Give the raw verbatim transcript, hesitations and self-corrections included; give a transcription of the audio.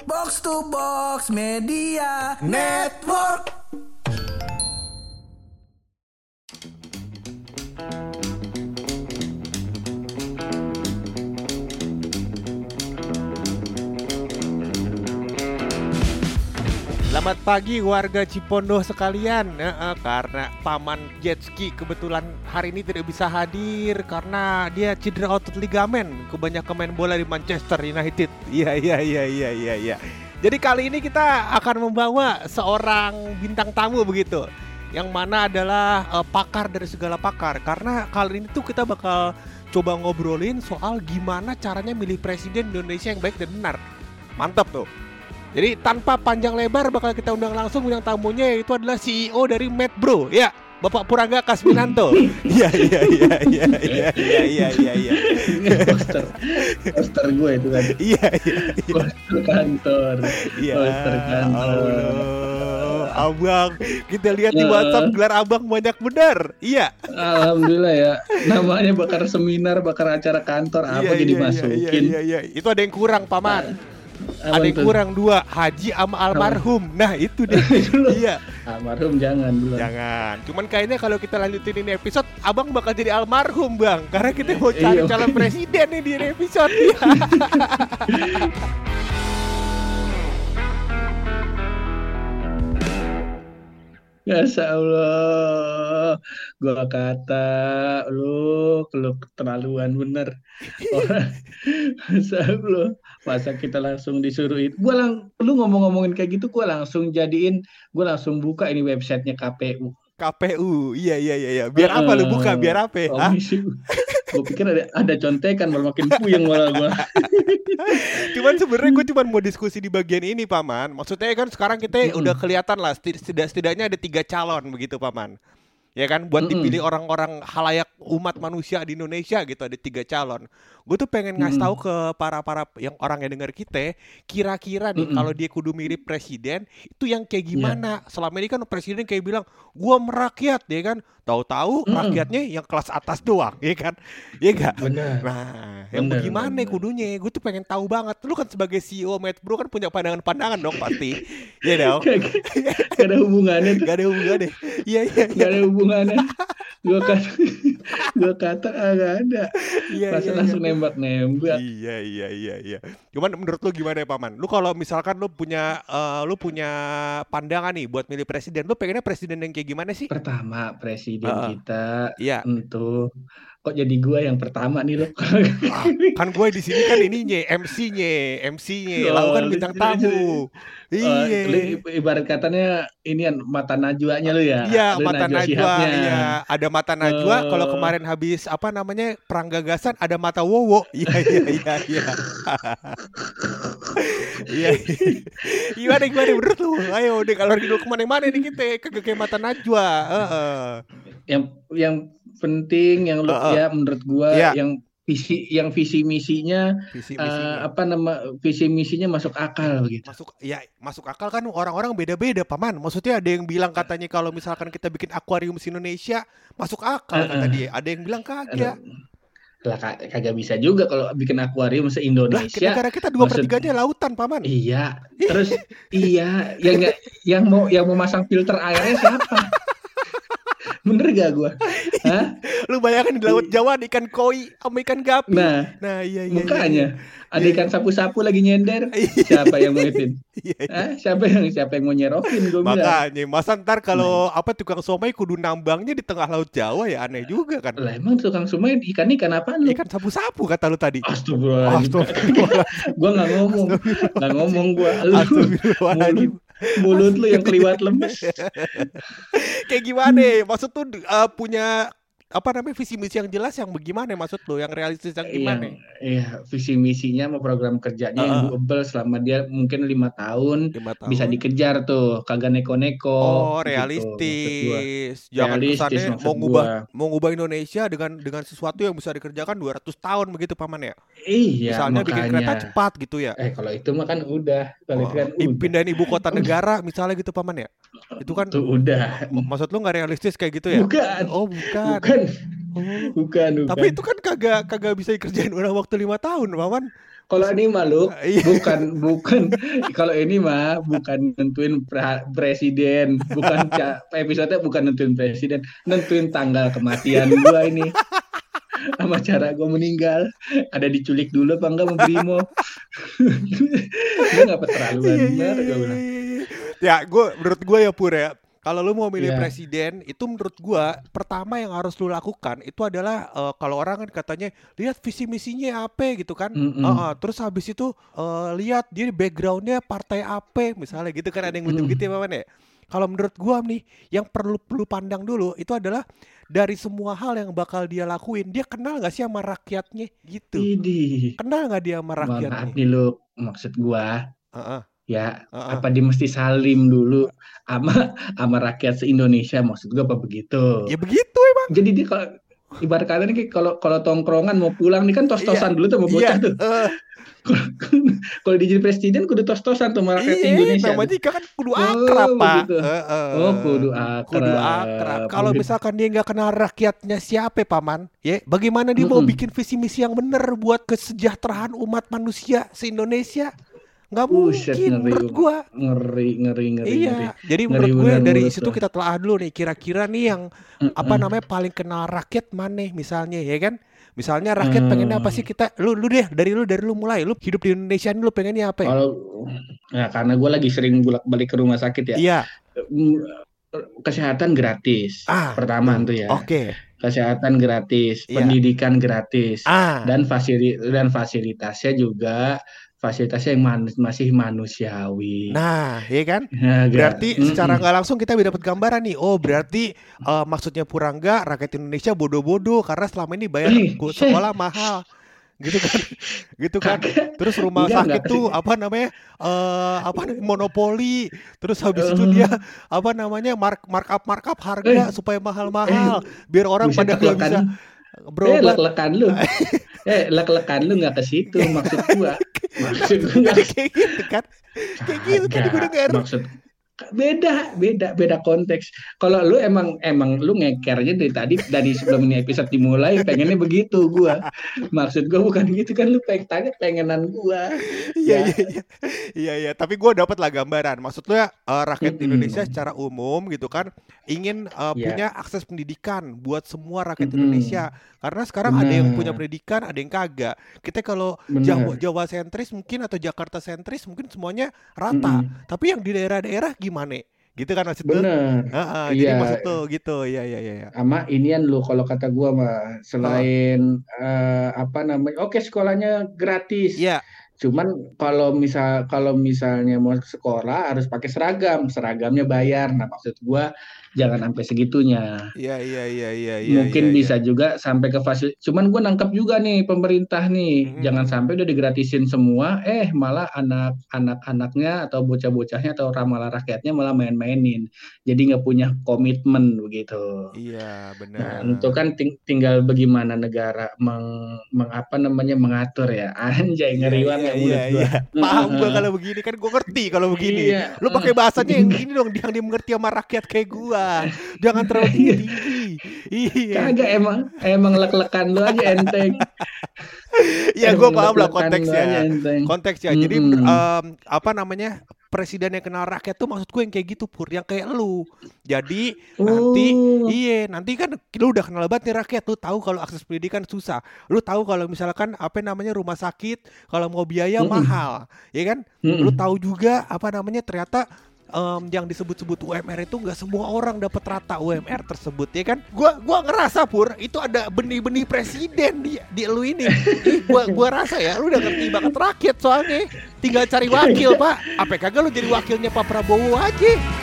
Box to Box Media Network. Selamat pagi warga Cipondoh sekalian. Nah, karena Paman Jetski kebetulan hari ini tidak bisa hadir karena dia cedera otot ligamen. Kebanyakan main bola di Manchester United. Iya iya iya iya iya iya. Jadi kali ini kita akan membawa seorang bintang tamu begitu, yang mana adalah uh, pakar dari segala pakar. Karena kali ini tuh kita bakal coba ngobrolin soal gimana caranya milih presiden Indonesia yang baik dan benar. Mantap tuh. Jadi tanpa panjang lebar bakal kita undang langsung bintang tamunya, yaitu adalah C E O dari Medbro, ya, Bapak Purangga Kasminanto. Iya iya iya iya iya iya iya iya iya. Poster, poster gue itu kan. Iya iya. Poster kantor. Iya. Poster kantor. Allah, abang, kita lihat di WhatsApp gelar abang banyak benar. Iya. Alhamdulillah ya. Namanya bakar seminar, bakar acara kantor, apa iya, jadi iya, masukin. Iya, iya, iya. Itu ada yang kurang, Paman. Apa Ada yang itu? kurang dua, Haji sama almarhum. Nah itu deh. Iya. Almarhum jangan dulu. Jangan. Cuman kayaknya kalau kita lanjutin ini episode, abang bakal jadi almarhum, Bang. Karena kita mau cari Iya. calon presiden nih di ini episode. Masya Allah, gua kata lu, lu keterlaluan bener. Orang, Masya Allah, masa kita langsung disuruh itu. Gua lang, lu ngomong-ngomongin kayak gitu, gua langsung jadiin, gua langsung buka ini websitenya K P U. K P U. Iya iya iya iya. Biar apa lu buka? Biar apa? Hah? Komisi. Gue pikir ada ada contekan, malah makin puyeng malah gua. Cuman sebenarnya gue cuma mau diskusi di bagian ini, Paman. Maksudnya kan sekarang kita Mm-mm. udah kelihatan lah setidak- setidaknya ada tiga calon begitu, Paman. Ya kan, buat Mm-mm. dipilih orang-orang halayak umat manusia di Indonesia gitu, ada tiga calon. Gue tuh pengen ngasih Mm-mm. tahu ke para-para yang orang yang dengar kita, kira-kira nih Mm-mm. kalau dia kudu mirip presiden itu yang kayak Iya. gimana? Selama ini kan presiden kayak bilang, gua merakyat, ya kan? Tahu-tahu Mm-mm. rakyatnya yang kelas atas doang, ya kan? Ya enggak? Benar. Nah, yang Bener, bagaimana bener. kudunya? Gue tuh pengen tahu banget. Lu kan sebagai C E O Medbro kan punya pandangan-pandangan dong pasti. Iya dong. Gak ada hubungannya tuh. Gak ada hubungannya. Iya iya Gak iya. ada hubungannya. Gua kata, gua kata agak ada. Iya Masa iya. langsung iya. nembak-nembak. Iya iya iya iya. Cuman menurut lu gimana ya, Paman? Lu kalau misalkan lu punya eh, lu punya pandangan nih buat milih presiden, lu pengennya presiden yang kayak gimana sih? Pertama presiden Heeh. kita Iya. untuk kok jadi gua yang pertama nih lo. Ah, kan gue di sini kan ininya M C-nya, M C-nya, lalu kan Oh, lu bintang jadi- tamu. Oh, Iya. lu ibarat katanya ini mata najwanya lu ya. Iya, Lu mata najwa. Shihab-nya. Iya, ada mata najwa. Oh. Kalau kemarin habis apa namanya perang gagasan, ada mata wowo. Iya, iya, iya, iya. Iya. Gimana gimana menurut lu? Ayo deh, kalau dulu kemana-mana nih kita kagak kayak mata najwa. Heeh. Yang yang penting yang lu Heeh. ya menurut gua Iya. yang visi yang visi misinya Visi eh, misinya. apa nama visi misinya masuk akal gitu. Masuk ya masuk akal kan, orang-orang beda-beda, Paman. Maksudnya ada yang bilang katanya kalau misalkan kita bikin akuarium di Indonesia masuk akal kata Heeh. dia. Ada yang bilang kagak. Lah ka- kagak bisa juga kalau bikin akuarium Lah, se-Indonesia. negara kita dua maksud- pertiganya lautan, Paman. Iya, terus iya, yang nggak yang mau yang mau masang filter airnya siapa? Bener gak gua? Hah? Lu bayangin di laut Jawa ada ikan koi sama ikan gapi. Nah, Nah, iya iya. makanya ada Iya, ikan sapu-sapu lagi nyender. Iya. Siapa yang mau ituin? Iya, iya. Hah? Siapa yang siapa yang mau nyerokin gua bilang? Makanya, masa ntar kalau Nah. apa tukang somai kudu nambangnya di tengah laut Jawa ya aneh juga kan. Lah emang tukang sungai ikan ikan apaan lu? Ikan sapu-sapu kata lu tadi. Astagfirullahaladzim. Astagfirullahaladzim. Gua nggak ngomong, nggak ngomong gua. Lu Astagfirullahaladzim. mulut lu yang keliwat lemes. Kayak gimana? Maksud tuh eh, punya apa namanya visi misi yang jelas yang bagaimana maksud lu? Yang realistis yang gimana? Yang, iya, visi misinya mau program kerjanya yang Heeh. doable selama dia mungkin lima tahun Lima tahun. bisa dikejar tuh, kagak neko-neko. Oh, gitu, maksud gua. realistis. Jangan Realistis kesannya maksud mau ngubah gua. mau ngubah Indonesia dengan dengan sesuatu yang bisa dikerjakan dua ratus tahun begitu, Paman ya. Iya, Misalnya bikin kereta makanya. cepat gitu ya. Eh, kalau itu mah kan udah, kalau itu Oh, kan udah. pindahin ibu kota negara misalnya gitu, Paman ya. Itu kan Tuh udah. M- maksud lu nggak realistis kayak gitu ya? Bukan. Oh bukan. Bukan. Oh. Bukan, bukan. Tapi itu kan kagak kagak bisa dikerjain dalam waktu lima tahun, Paman. Kalau ini mah lu Iya. bukan bukan kalau ini mah bukan nentuin pra- presiden, bukan ca- episode bukan nentuin presiden, nentuin tanggal kematian gua ini sama cara gua meninggal. Ada diculik dulu apa enggak sama Brimo? Lu nggak keterlaluan Iya, iya, benar iya, gua iya, bilang. iya. Ya, gue menurut gue ya Pur ya. Kalau lu mau milih Iya. presiden, itu menurut gua pertama yang harus lu lakukan itu adalah eh, kalau orang kan katanya lihat visi misinya apa gitu kan. Mm-mm. Heeh, terus habis itu eh, lihat dia backgroundnya partai apa misalnya gitu kan ada yang begitu-begitu ya Paman ya. Kalau menurut gua nih yang perlu perlu pandang dulu itu adalah dari semua hal yang bakal dia lakuin, dia kenal nggak sih sama rakyatnya gitu. Idih. Kenal nggak dia sama Mohon maaf rakyatnya? nih lu, maksud gua Heeh, ya heeh. apa dia mesti salim dulu sama sama rakyat se-Indonesia, maksud gua apa begitu? Ya begitu emang. Jadi dia kalau ibarat kata nih kalau kalau tongkrongan mau pulang nih kan tos-tosan Iya, dulu tuh sama iya, bocah tuh. eh, Kalau dia jadi presiden kudu tos-tosan tuh sama rakyat iya, Indonesia. namanya tuh. kan kudu Oh, akrab, Pak. begitu. Heeh. Oh, kudu Kudu akrab. akrab. Kalau Udah- misalkan dia nggak kenal rakyatnya siapa, Paman? Ya, bagaimana dia mau Mm-mm. bikin visi misi yang bener buat kesejahteraan umat manusia se-Indonesia? Nggak Buset, mungkin ngeri, menurut gua. ngeri ngeri ngeri Iya, ngeri. jadi Ngeri menurut gue bener dari menurut situ gua. kita telah dulu nih kira-kira nih yang apa Mm-mm. namanya paling kenal rakyat mana misalnya ya kan? Misalnya rakyat pengennya apa Hmm. sih kita lu lu deh dari lu dari lu mulai lu hidup di Indonesia ini lu pengennya apa ya? Kalau ya karena gue lagi sering bolak-balik ke rumah sakit ya. Iya. Mm, Kesehatan gratis. Ah, Pertama tuh. tuh ya. Oke. Kesehatan gratis, Iya. pendidikan gratis, Ah. dan fasili dan fasilitasnya juga fasilitasnya yang man- masih manusiawi. Nah, ya kan? Nah, ga- Berarti Mm-mm. secara nggak langsung kita bisa dapat gambaran nih. Oh, berarti eh, maksudnya Purangga rakyat Indonesia bodoh-bodoh karena selama ini bayar Eh, ku- syeh. sekolah mahal. Gitu kan? Gitu kan? Kagak. Terus rumah Enggak, sakit enggak tuh kesini. apa namanya? Eh apa namanya? Monopoli. Terus habis itu Eh. dia apa namanya? mark markup markup harga Eh. supaya mahal-mahal biar orang Buset, pada nggak bisa lek-lekan. Eh, berobat. lek-lekan lu. Eh, lek-lekan lu nggak ke situ maksud gua. Maksud gua nggak Kayak gitu kan? Kayak gitu tadi gue Kagak. denger. Maksud beda beda beda konteks. Kalau lu emang emang lu ngekernya dari tadi dari sebelum ini episode dimulai pengennya begitu gua. Maksud gua bukan gitu kan, lu pengen tanya pengenan gua. Iya Ya. iya iya iya iya tapi gue dapat lah gambaran maksudnya eh, rakyat Mm-mm. Indonesia secara umum gitu kan ingin eh, Iya. punya akses pendidikan buat semua rakyat Mm-mm. Indonesia karena sekarang ada yang punya Benar. pendidikan ada yang kagak kita kalau Benar. Jawa Jawa sentris mungkin atau Jakarta sentris mungkin semuanya rata Mm-mm. tapi yang di daerah-daerah gimana gitu kan maksud tuh Bener. Heeh, jadi Iya. maksud tuh gitu iya iya iya iya. Sama inian lu kalau kata gua mah selain eh, apa namanya? Oke, sekolahnya gratis. Iya Cuman kalau misal kalau misalnya mau ke sekolah harus pakai seragam, seragamnya bayar. Nah, maksud gua jangan sampai segitunya. iya iya iya iya iya Mungkin iya, bisa juga sampai ke fasilitas. Cuman gua nangkep juga nih pemerintah nih, Mm-mm. jangan sampai udah digratisin semua, eh malah anak-anak-anaknya atau bocah-bocahnya atau malah rakyatnya malah main-mainin. Jadi nggak punya komitmen begitu. iya Nah, benar itu kan ting- tinggal bagaimana negara meng, meng- apa namanya mengatur ya. Anjay, Iya, ngeri iya, banget iya, mulut gua. iya. Paham gue kalau begini kan gue ngerti kalau begini. Iya. Lu pakai bahasanya yang gini dong, yang dimengerti sama rakyat kayak gua. Jangan terlalu tinggi-tinggi. Iya. Kagak, emang emang lek-lekan lu aja enteng. Iya, gue Emang paham lah lek-lekan lu aja konteksnya. enteng. Konteksnya. Jadi Mm-mm. em, apa namanya? Presiden yang kenal rakyat tuh maksud gue yang kayak gitu Pur, yang kayak lu. Jadi nanti Oh. iya, nanti kan lu udah kenal banget nih rakyat, lu tahu kalau akses pendidikan susah. Lu tahu kalau misalkan apa namanya rumah sakit kalau mau biaya Mm-mm. mahal, ya kan? Mm-mm. Lu tahu juga apa namanya ternyata em, yang disebut-sebut U M R itu nggak semua orang dapat rata U M R tersebut ya kan? Gua gua ngerasa Pur itu ada benih-benih presiden di di lu ini. Ih, gua gua rasa ya lu udah ngerti banget rakyat soalnya. Tinggal cari wakil, Pak. Apa kagak lu jadi wakilnya Pak Prabowo aja.